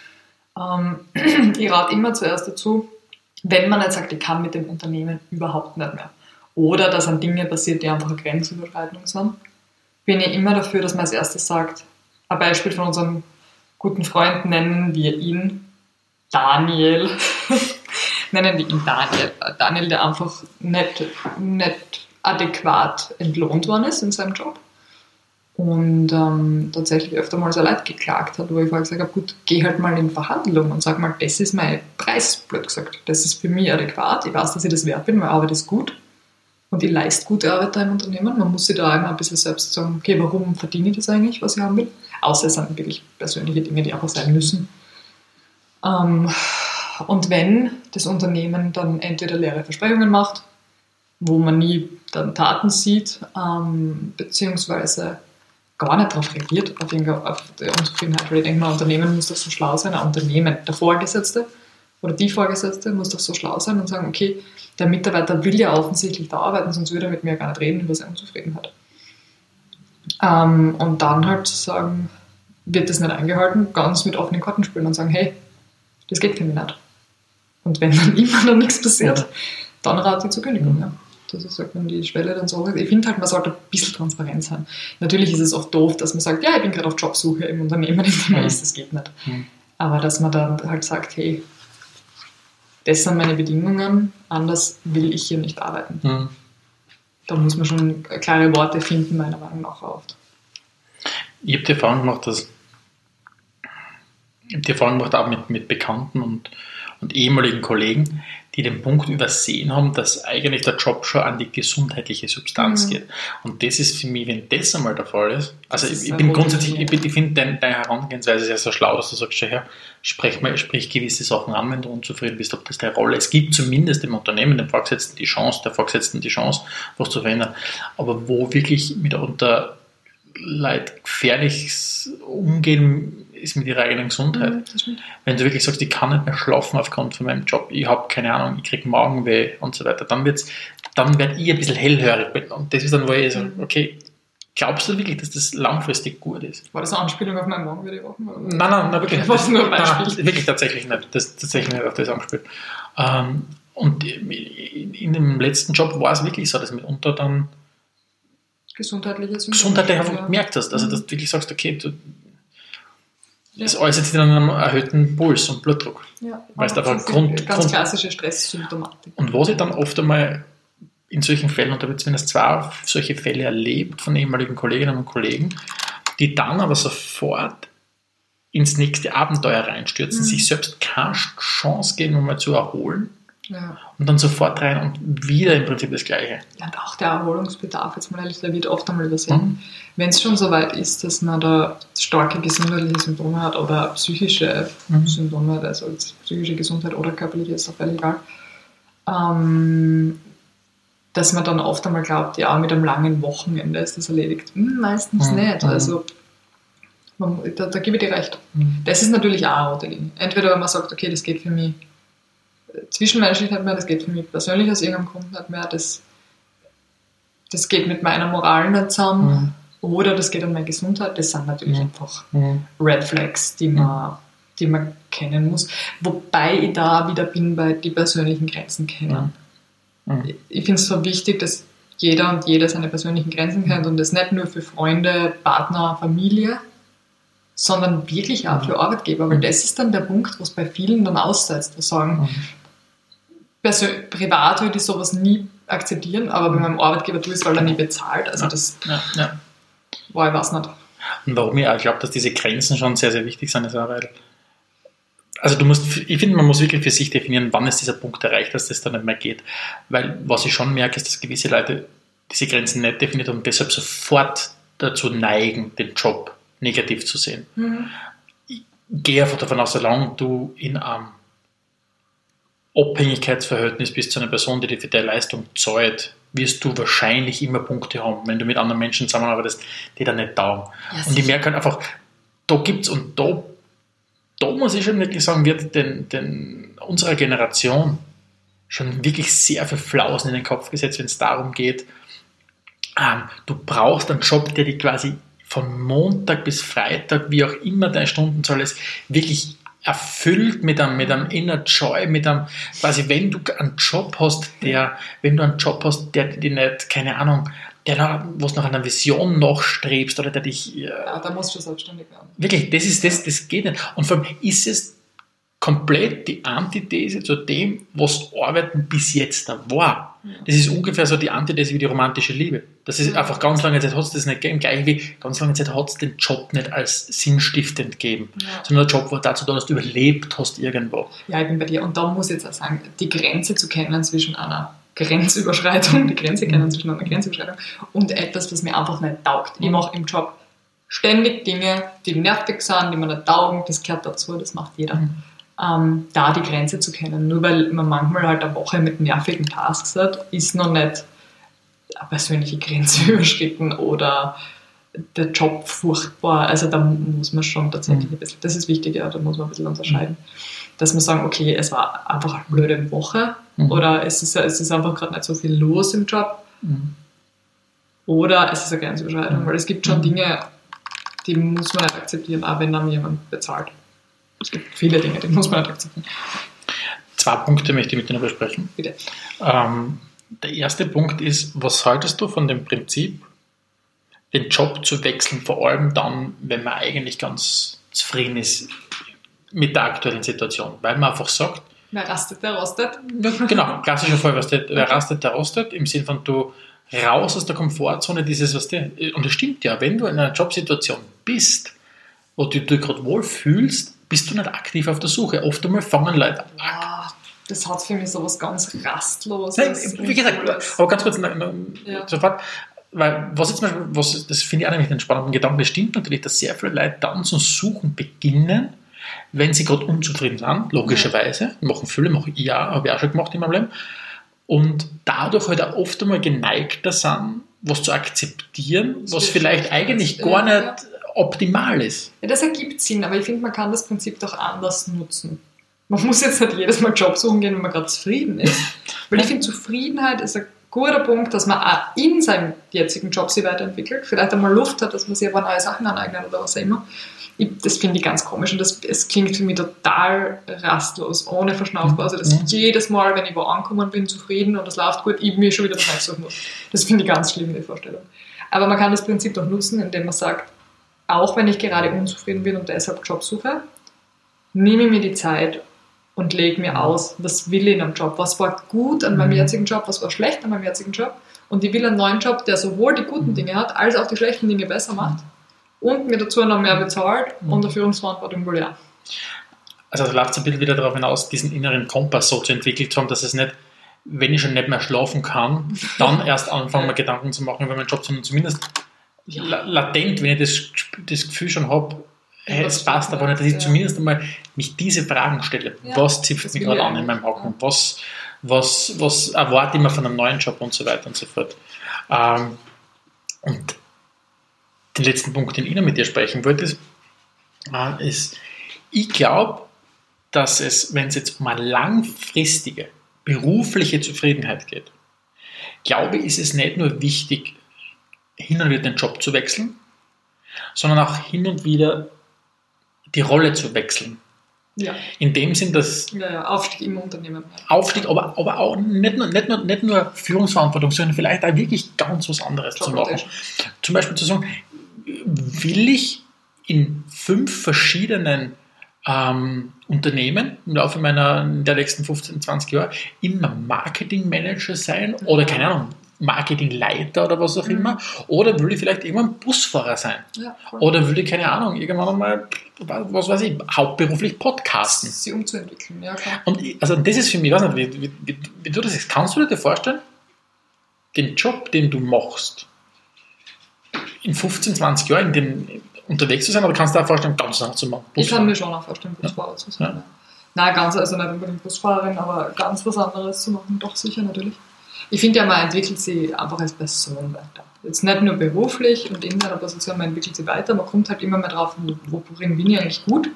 Ähm, ich rate immer zuerst dazu, wenn man nicht sagt, ich kann mit dem Unternehmen überhaupt nicht mehr, oder dass an Dinge passiert, die einfach eine Grenzüberschreitung sind, bin ich immer dafür, dass man als erstes sagt, ein Beispiel von unserem guten Freund, nennen wir ihn Daniel, nennen wir ihn Daniel, Daniel, der einfach nicht, nicht adäquat entlohnt worden ist in seinem Job und ähm, tatsächlich öfter mal so Leute geklagt hat, wo ich vorher gesagt habe, gut, geh halt mal in Verhandlungen und sag mal, das ist mein Preis, blöd gesagt, das ist für mich adäquat, ich weiß, dass ich das wert bin, meine Arbeit ist gut. Und ich leiste gute Arbeit da im Unternehmen. Man muss sich da immer ein bisschen selbst sagen, okay, warum verdiene ich das eigentlich, was ich haben will? Außer es sind wirklich persönliche Dinge, die einfach sein müssen. Ähm, und wenn das Unternehmen dann entweder leere Versprechungen macht, wo man nie dann Taten sieht, ähm, beziehungsweise gar nicht darauf reagiert, auf, auf die Unzufriedenheit, weil ich denke, ein Unternehmen muss doch so schlau sein, ein Unternehmen, der Vorgesetzte oder die Vorgesetzte muss doch so schlau sein und sagen, okay, der Mitarbeiter will ja offensichtlich da arbeiten, sonst würde er mit mir gar nicht reden über seine Unzufriedenheit. Ähm, und dann halt zu sagen, wird das nicht eingehalten, ganz mit offenen Karten spielen und sagen, hey, das geht für mich nicht. Und wenn dann immer noch nichts passiert, ja. dann rate ich zur Kündigung. Ja. Das ist halt, wenn die Schwelle dann so ist. Ich finde halt, man sollte ein bisschen transparent sein. Natürlich ist es oft doof, dass man sagt, ja, ich bin gerade auf Jobsuche im Unternehmen, in dem man ist, das geht nicht. Mhm. Aber dass man dann halt sagt, hey, das sind meine Bedingungen, anders will ich hier nicht arbeiten. Mhm. Da muss man schon klare Worte finden, meiner Meinung nach oft. Ich habe die Erfahrung gemacht, dass ich habe die Erfahrung gemacht auch mit, mit Bekannten und, und ehemaligen Kollegen, die den Punkt übersehen haben, dass eigentlich der Job schon an die gesundheitliche Substanz mhm. geht. Und das ist für mich, wenn das einmal der Fall ist, also ich, ich bin grundsätzlich, ich, ich finde deine, deine Herangehensweise sehr, sehr schlau, dass du sagst, ja, sprich, mal, sprich gewisse Sachen an, wenn du unzufrieden bist, ob das deine Rolle ist. Es gibt zumindest im Unternehmen dem Vorgesetzten die Chance, der Vorgesetzten die Chance, was zu verändern. Aber wo wirklich mitunter Leute gefährlich umgehen, ist mit ihrer eigenen Gesundheit. Mhm, wenn du wirklich sagst, ich kann nicht mehr schlafen aufgrund von meinem Job, ich habe keine Ahnung, ich kriege Magenweh und so weiter, dann wird's, dann werde ich ein bisschen hellhörig. Und das ist dann, wo ich sage, okay, glaubst du wirklich, dass das langfristig gut ist? War das eine Anspielung auf meinen Magenweh die Woche? Nein, nein, nein, wirklich nicht. Nur ein Beispiel. Nein, wirklich tatsächlich nicht. Das tatsächlich nicht auf das angespielt. Ähm, und in, in dem letzten Job war es wirklich so, dass mitunter dann gesundheitliche Symptome gesundheitlich einfach gemerkt hast, also dass du wirklich sagst, okay, du Ja. Das äußert sich dann an einem erhöhten Puls und Blutdruck. Ja, Weil es das einfach ist Grund, ganz Grund klassische Stresssymptomatik. Und was ich dann oft einmal in solchen Fällen, und da habe ich zumindest zwei solche Fälle erlebt von ehemaligen Kolleginnen und Kollegen, die dann aber sofort ins nächste Abenteuer reinstürzen, Mhm. sich selbst keine Chance geben, um mal zu erholen Ja. und dann sofort rein und wieder im Prinzip das Gleiche. Ja, und auch der Erholungsbedarf, jetzt mal ehrlich, der wird oft einmal übersehen. Mhm. Wenn es schon so weit ist, dass man da starke gesundheitliche Symptome hat oder psychische Mhm. Symptome hat, also jetzt psychische Gesundheit oder körperliche, ist doch völlig egal, ähm, dass man dann oft einmal glaubt, ja, mit einem langen Wochenende ist das erledigt. Hm, meistens Mhm. nicht. Mhm. Also man, da, da gebe ich dir recht. Mhm. Das ist natürlich auch eine rote Linie. Entweder wenn man sagt, okay, das geht für mich zwischenmenschlich nicht mehr, das geht für mich persönlich aus irgendeinem Grund nicht mehr, das, das geht mit meiner Moral nicht zusammen, Mhm. oder das geht an meine Gesundheit. Das sind natürlich Mhm. einfach Mhm. Red Flags, die man, die man kennen muss. Wobei ich da wieder bin bei die persönlichen Grenzen kennen. Mhm. Ich finde es so wichtig, dass jeder und jede seine persönlichen Grenzen kennt und das nicht nur für Freunde, Partner, Familie, sondern wirklich auch für Arbeitgeber, weil das ist dann der Punkt, wo es bei vielen dann aussetzt, wo sagen, Mhm. persö- privat würde ich sowas nie akzeptieren, aber bei meinem Arbeitgeber tue ich es, weil er nie bezahlt. Also Ja. das, Ja, ja. boah, ich weiß nicht. Und warum ich auch glaube, dass diese Grenzen schon sehr, sehr wichtig sind, ist auch, weil, also du musst, ich finde, man muss wirklich für sich definieren, wann ist dieser Punkt erreicht, dass das dann nicht mehr geht. Weil was ich schon merke, ist, dass gewisse Leute diese Grenzen nicht definiert und deshalb sofort dazu neigen, den Job negativ zu sehen. Mhm. Ich gehe einfach davon aus, solange du in einem Abhängigkeitsverhältnis bist zu einer Person, die dir für deine Leistung zahlt, wirst du wahrscheinlich immer Punkte haben, wenn du mit anderen Menschen zusammenarbeitest, die dann nicht taugen. Ja, und ich sicher. merke halt einfach, da gibt's und da, da muss ich schon wirklich sagen, wird den, den, unserer Generation schon wirklich sehr viel Flausen in den Kopf gesetzt, wenn es darum geht, ähm, du brauchst einen Job, der dich quasi von Montag bis Freitag, wie auch immer deine Stundenzahl ist, wirklich erfüllt mit einem, mit einem Inner Joy, mit einem, quasi, wenn du einen Job hast, der, wenn du einen Job hast, der dich nicht, keine Ahnung, der nach, wo du nach einer Vision nachstrebst oder der dich, äh, Ja, da musst du selbstständig werden. wirklich, das ist das, das geht nicht. Und vor allem ist es komplett die Antithese zu dem, was Arbeiten bis jetzt da war. Das ist ungefähr so die Antithese wie die romantische Liebe. Das ist einfach ganz lange Zeit hat es das nicht gegeben, gleich wie ganz lange Zeit hat es den Job nicht als sinnstiftend gegeben, Ja. sondern der Job war dazu da, dass du überlebt hast irgendwo. Ja, ich bin bei dir. Und da muss ich jetzt auch sagen, die Grenze zu kennen zwischen einer Grenzüberschreitung, die Grenze kennen zwischen einer Grenzüberschreitung und etwas, was mir einfach nicht taugt. Ich mache im Job ständig Dinge, die nervig sind, die mir nicht taugen, das gehört dazu, das macht jeder. Mhm. Ähm, da die Grenze zu kennen. Nur weil man manchmal halt eine Woche mit nervigen Tasks hat, ist noch nicht eine persönliche Grenze überschritten oder der Job furchtbar. Also da muss man schon tatsächlich ein bisschen, das ist wichtig, ja, da muss man ein bisschen unterscheiden. Dass man sagen, okay, es war einfach eine blöde Woche Mhm. oder es ist, es ist einfach gerade nicht so viel los im Job Mhm. oder es ist eine Grenzüberschreitung, Mhm. weil es gibt schon Dinge, die muss man nicht akzeptieren, auch wenn einem jemand bezahlt. Es gibt viele Dinge, die muss man nicht akzeptieren. Zwei Punkte möchte ich mit dir noch besprechen. Bitte. Ähm, der erste Punkt ist, was haltest du von dem Prinzip, den Job zu wechseln, vor allem dann, wenn man eigentlich ganz zufrieden ist mit der aktuellen Situation, weil man einfach sagt, Wer rastet, der rostet. genau, klassischer Fall, was der, wer rastet, der rostet, im Sinn von du raus aus der Komfortzone, dieses, was der, und das stimmt ja, wenn du in einer Jobsituation bist, wo du dich gerade wohl fühlst, bist du nicht aktiv auf der Suche. Oft einmal fangen Leute an. Ah, das hat für mich so was ganz Rastloses. Nein, wie gesagt, Uncooles. aber ganz kurz noch, noch, Ja. sofort, weil was jetzt zum Beispiel, was, das finde ich auch nämlich den spannenden Gedanken, das stimmt natürlich, dass sehr viele Leute dann zum Suchen beginnen, wenn sie gerade unzufrieden sind, logischerweise, machen viele, mache ich auch, habe ich auch schon gemacht in meinem Leben, und dadurch halt auch oft einmal geneigter sind, was zu akzeptieren, Das was wird vielleicht schlecht. eigentlich Ja, gar ja. nicht optimal ist. Ja, das ergibt Sinn, aber ich finde, man kann das Prinzip doch anders nutzen. Man muss jetzt nicht jedes Mal Job suchen gehen, wenn man gerade zufrieden ist. Weil ich finde, Zufriedenheit ist ein guter Punkt, dass man auch in seinem jetzigen Job sich weiterentwickelt, vielleicht einmal Luft hat, dass man sich aber neue Sachen aneignet oder was auch immer. Ich, das finde ich ganz komisch und das, es klingt für mich total rastlos, ohne Verschnaufpause, dass Mhm. ich jedes Mal, wenn ich wo angekommen bin, zufrieden und es läuft gut, ich mir schon wieder was Neues suchen muss. Das finde ich ganz schlimm, die Vorstellung. Aber man kann das Prinzip doch nutzen, indem man sagt, auch wenn ich gerade unzufrieden bin und deshalb Job suche, nehme ich mir die Zeit und lege mir aus, was will ich in einem Job, was war gut an meinem jetzigen Job, was war schlecht an meinem jetzigen Job, und ich will einen neuen Job, der sowohl die guten Dinge hat, als auch die schlechten Dinge besser macht und mir dazu noch mehr bezahlt und eine Führungsverantwortung will ja. Also das läuft ein bisschen wieder darauf hinaus, diesen inneren Kompass so zu entwickelt zu haben, dass es nicht, wenn ich schon nicht mehr schlafen kann, dann erst anfangen, mir Gedanken zu machen über meinen Job, sondern zumindest ja. latent, wenn ich das, das Gefühl schon habe, hey, es passt aber nicht, dass ich ja. zumindest einmal mich diese Fragen stelle. Ja, was zipft mich gerade an in meinem Haken? Ja. Was, was, was erwarte ich mir von einem neuen Job und so weiter und so fort. Ähm, und den letzten Punkt, den ich noch mit dir sprechen wollte, ist, äh, ist ich glaube, dass es, wenn es jetzt um eine langfristige berufliche Zufriedenheit geht, glaube ich, ist es nicht nur wichtig, hin und wieder den Job zu wechseln, sondern auch hin und wieder die Rolle zu wechseln. Ja. In dem Sinn, dass ja, ja, Aufstieg im Unternehmen. Aufstieg, aber, aber auch nicht nur, nicht, nur, nicht nur Führungsverantwortung, sondern vielleicht auch wirklich ganz was anderes zu machen. Zum Beispiel zu sagen, will ich in fünf verschiedenen ähm, Unternehmen im Laufe meiner der nächsten fünfzehn, zwanzig Jahre immer Marketingmanager sein oder keine Ahnung, Marketingleiter oder was auch mhm. immer, oder will ich vielleicht irgendwann Busfahrer sein, ja, oder will ich, keine Ahnung, irgendwann einmal, was weiß ich, hauptberuflich podcasten. Sie umzuentwickeln, ja klar. Und also das ist für mich, ich weiß nicht, wie, wie, wie du das siehst, kannst du dir vorstellen, den Job, den du machst, in fünfzehn, zwanzig Jahren in dem, unterwegs zu sein, oder kannst du dir auch vorstellen, ganz anders zu machen? Ich kann mir schon auch vorstellen, Busfahrer ja. zu sein. Ja. Nein, ganz, also nicht unbedingt Busfahrerin, aber ganz was anderes zu machen, doch sicher natürlich. Ich finde ja, man entwickelt sich einfach als Person weiter. Jetzt nicht nur beruflich und in seiner Position, man entwickelt sich weiter, man kommt halt immer mehr drauf, wo, worin bin ich eigentlich gut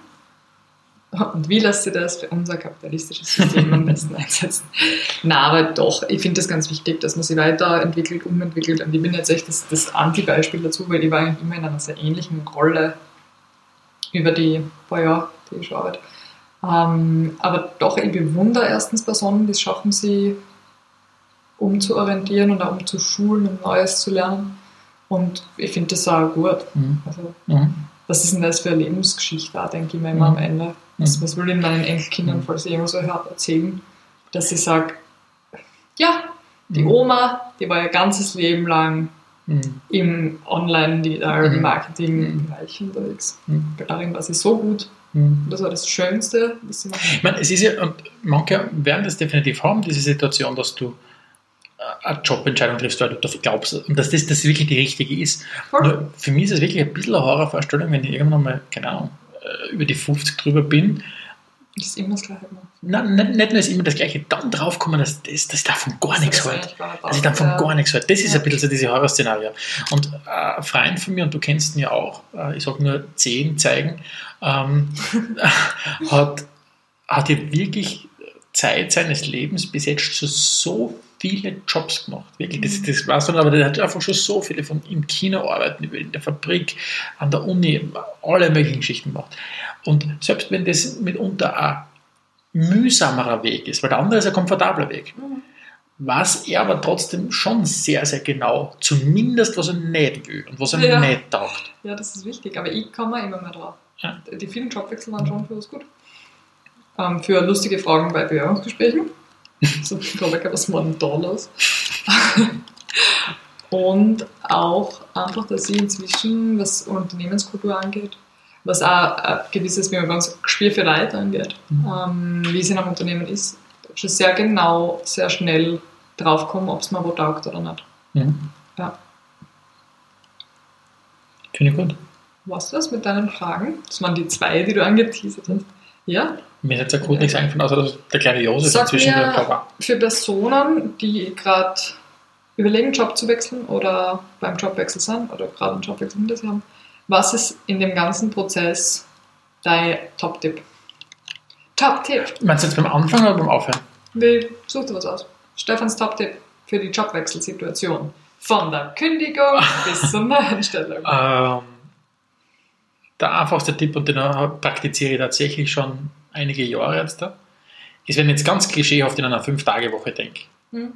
und wie lässt sich das für unser kapitalistisches System am besten einsetzen. Na, aber doch, ich finde das ganz wichtig, dass man sich weiterentwickelt, umentwickelt, und ich bin jetzt echt das, das Anti-Beispiel dazu, weil ich war immer in einer sehr ähnlichen Rolle über die paar Jahre, die ich schon arbeite. Ähm, aber doch, ich bewundere erstens Personen, die es schaffen, sie umzuorientieren und auch umzuschulen und Neues zu lernen. Und ich finde das auch gut. Mhm. Also, mhm. was ist denn das für eine Lebensgeschichte, auch, denke ich mir immer mhm. am Ende. Was, was will ich meinen Enkelkindern, falls ich irgendwas so erzählen, dass ich sage, ja, die mhm. Oma, die war ihr ganzes Leben lang mhm. im Online-Digital-Marketing-Bereich mhm. unterwegs. Mhm. Darin war sie so gut. Mhm. Das war das Schönste, was sie machen. Ich meine, es ist ja, und manche werden das definitiv haben, diese Situation, dass du eine Jobentscheidung triffst, weil du dafür glaubst und dass das, das wirklich die richtige ist. Nur für mich ist es wirklich ein bisschen eine Horrorvorstellung, wenn ich irgendwann mal, keine Ahnung, über die fünfzig drüber bin. Das ist immer das Gleiche. Nein, nicht, nicht nur ist immer das Gleiche, dann draufkommen, dass, dass, dass ich davon gar nichts halte. Dass ich davon ja. gar nichts halte. Das ist ja. ein bisschen so diese Horrorszenario. Und äh, ein Freund von mir, und du kennst ihn ja auch, äh, ich sage nur zehn zeigen, ähm, hat, hat ja wirklich Zeit seines Lebens bis jetzt schon so viele Jobs gemacht, wirklich, das, das weiß man, aber der hat einfach schon so viele von im Kino arbeiten, in der Fabrik, an der Uni, alle möglichen Geschichten gemacht. Und selbst wenn das mitunter ein mühsamerer Weg ist, weil der andere ist ein komfortabler Weg, mhm. weiß er aber trotzdem schon sehr, sehr genau, zumindest was er nicht will und was er ja. nicht taugt. Ja, das ist wichtig, aber ich komme immer mehr drauf. Ja. Die vielen Jobwechsel waren schon für was gut. Ähm, für lustige Fragen bei Bewerbungsgesprächen. So, ich glaube, was war denn da los? Und auch einfach, dass ich inzwischen, was Unternehmenskultur angeht, was auch ein gewisses, wie man ganz Gespür für Leute angeht, mhm. ähm, wie es in einem Unternehmen ist, schon sehr genau, sehr schnell draufkommen, ob es mir wo taugt oder nicht. Mhm. Ja. Finde ich gut. Was das mit deinen Fragen? Das waren die zwei, die du angeteasert hast. Ja? Mir ist jetzt akut ja. nichts eingefallen, außer dass der kleine Josef inzwischen der Job war. Für Personen, die gerade überlegen, Job zu wechseln oder beim Jobwechsel sind oder gerade einen Jobwechsel hinter sich haben, was ist in dem ganzen Prozess dein Top-Tipp? Top-Tipp! Meinst du jetzt beim Anfang oder beim Aufhören? Wie, such dir was aus. Stefans Top-Tipp für die Jobwechselsituation. Von der Kündigung bis zur Neueinstellung. Ähm, der einfachste Tipp, und den praktiziere ich tatsächlich schon einige Jahre jetzt da, ist, wenn ich jetzt ganz klischeehaft in einer fünf Tage Woche denke. Hm.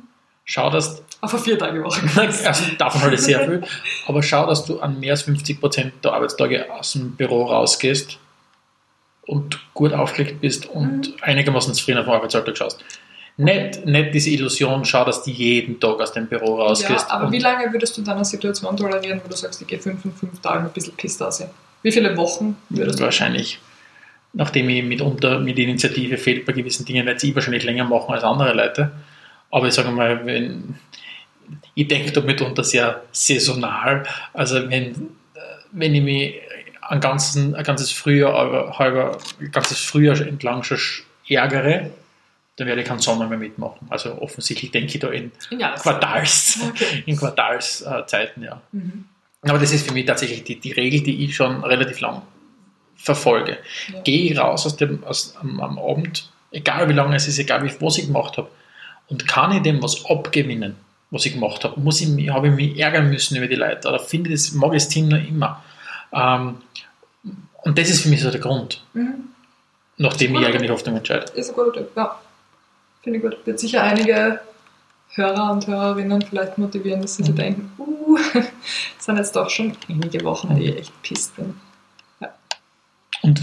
schau, dass... Auf eine Vier-Tage-Woche. Also davon halt sehr viel. Aber schau, dass du an mehr als fünfzig Prozent der Arbeitstage aus dem Büro rausgehst und gut aufgelegt bist und mhm. einigermaßen zufrieden auf den Arbeitsalltag schaust. Nicht, nicht diese Illusion, schau, dass du jeden Tag aus dem Büro rausgehst. Ja, aber wie lange würdest du dann eine Situation tolerieren, wo du sagst, ich gehe fünf und fünf Tage ein bisschen pisst aus? Wie viele Wochen würdest du? Wahrscheinlich, nachdem ich mitunter mit Initiative fehlt bei gewissen Dingen, werde ich wahrscheinlich länger machen als andere Leute. Aber ich sage mal, wenn, ich denke da mitunter sehr saisonal. Also wenn, wenn ich mich ein, ganzen, ein ganzes Frühjahr, halber, ein ganzes Frühjahr entlang schon ärgere, dann werde ich keinen Sommer mehr mitmachen. Also offensichtlich denke ich da in ja, Quartals, okay. in Quartalszeiten, ja. Mhm. Aber das ist für mich tatsächlich die, die Regel, die ich schon relativ lang verfolge. Ja. Gehe ich raus aus dem, aus, am, am Abend, egal wie lange es ist, egal wie, was ich gemacht habe, und kann ich dem was abgewinnen, was ich gemacht habe, muss ich mich, habe ich mich ärgern müssen über die Leute oder finde ich das, mag ich das Team noch immer. Ähm, und das ist für mich so der Grund, mhm. nachdem ich eigentlich auf dem entscheide. Ist ein guter Tipp, ja. Finde ich gut. Wird sicher einige Hörer und Hörerinnen vielleicht motivieren, dass sie mhm. denken, uh, es sind jetzt doch schon einige Wochen, die ich echt pisst bin. Ja. Und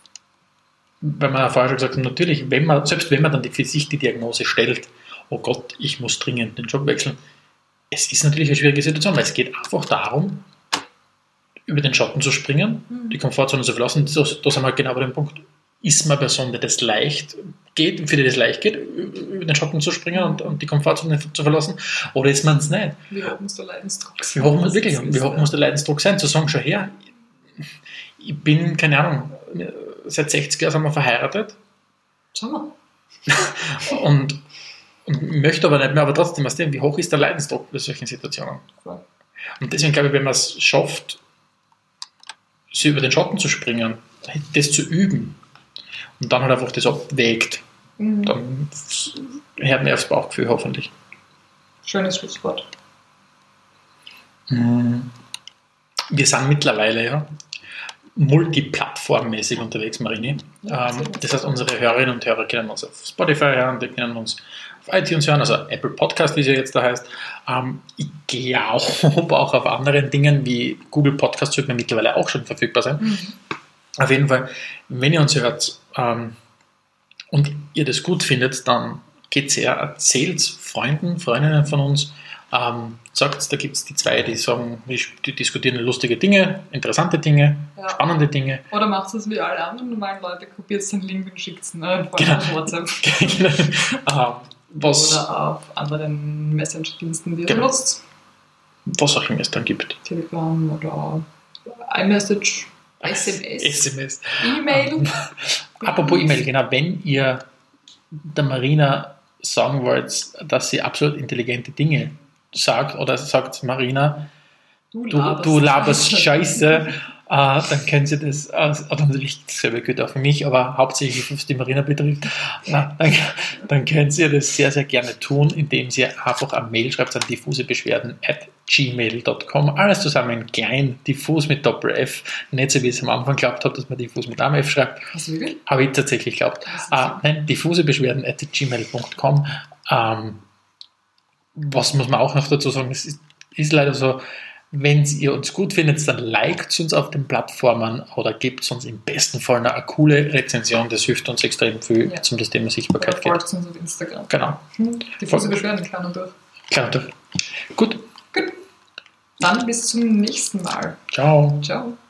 weil man vorher schon gesagt hat, natürlich, wenn man, selbst wenn man dann die, für sich die Diagnose stellt, oh Gott, ich muss dringend den Job wechseln, es ist natürlich eine schwierige Situation, weil es geht einfach darum, über den Schatten zu springen, mhm. die Komfortzone zu verlassen. Da sind wir halt genau bei dem Punkt, ist man eine Person, der das leicht geht, für die das leicht geht, über den Schatten zu springen und, und die Komfortzone zu verlassen, oder ist man es nicht? Wie hoch muss der Leidensdruck sein? Wie hoch muss, wirklich, wie hoch muss der Leidensdruck sein? Zu sagen, schau her, ich bin, keine Ahnung, seit sechzig Jahren sind wir verheiratet. Sind wir. und, und möchte aber nicht mehr, aber trotzdem, weißt du, wie hoch ist der Leidensdruck bei solchen Situationen? Voll. Und deswegen glaube ich, wenn man es schafft, sie über den Schatten zu springen, das zu üben und dann halt einfach das abwägt, mhm. dann hört man aufs Bauchgefühl hoffentlich. Schönes Schlusswort. Wir sind mittlerweile ja multiplattformmäßig unterwegs, Marini. Ja, ähm, das heißt, unsere Hörerinnen und Hörer können uns auf Spotify hören, die können uns auf iTunes hören, also Apple Podcast, wie es ja jetzt da heißt. Ähm, ich glaube auch auf anderen Dingen wie Google Podcast wird mir mittlerweile auch schon verfügbar sein. Mhm. Auf jeden Fall, wenn ihr uns hört ähm, und ihr das gut findet, dann geht her, erzählt Freunden, Freundinnen von uns, ähm, sagt, da gibt es die zwei, die sagen, die diskutieren lustige Dinge, interessante Dinge, ja. spannende Dinge. Oder macht es wie alle anderen normalen Leute, kopiert den Link und schickt es ne, genau. auf WhatsApp. genau. ähm, was, Oder auf anderen Messenger-Diensten, die ihr genau. nutzt. Was auch immer es dann gibt. Telegram oder iMessage, S M S, S M S. E-Mail. Apropos E-Mail, genau, wenn ihr der Marina sagen wollt, dass sie absolut intelligente Dinge sagt oder sagt Marina, du laberst, du, du laberst Scheiße, äh, dann können Sie das, äh, oder natürlich selber gut auch für mich, aber hauptsächlich was die Marina betrifft, äh, dann, dann können Sie das sehr, sehr gerne tun, indem Sie einfach eine Mail schreibt an diffusebeschwerden at gmail dot com. Alles zusammen klein, diffus mit Doppel-F, nicht so wie ich es am Anfang geglaubt habe, dass man diffus mit einem F schreibt. Was wirklich? Habe ich tatsächlich geglaubt. Äh, nein, diffusebeschwerden at gmail dot com. Ähm, was muss man auch noch dazu sagen? Es ist, ist leider so, wenn ihr uns gut findet, dann liked uns auf den Plattformen oder gebt uns im besten Fall eine, eine coole Rezension. Das hilft uns extrem viel, ja. zum das Thema Sichtbarkeit geht. Folgt uns auf Instagram. Genau. Hm. Diffuse Beschwerden, klein und durch. Klein und durch. Gut. Gut. Dann bis zum nächsten Mal. Ciao. Ciao.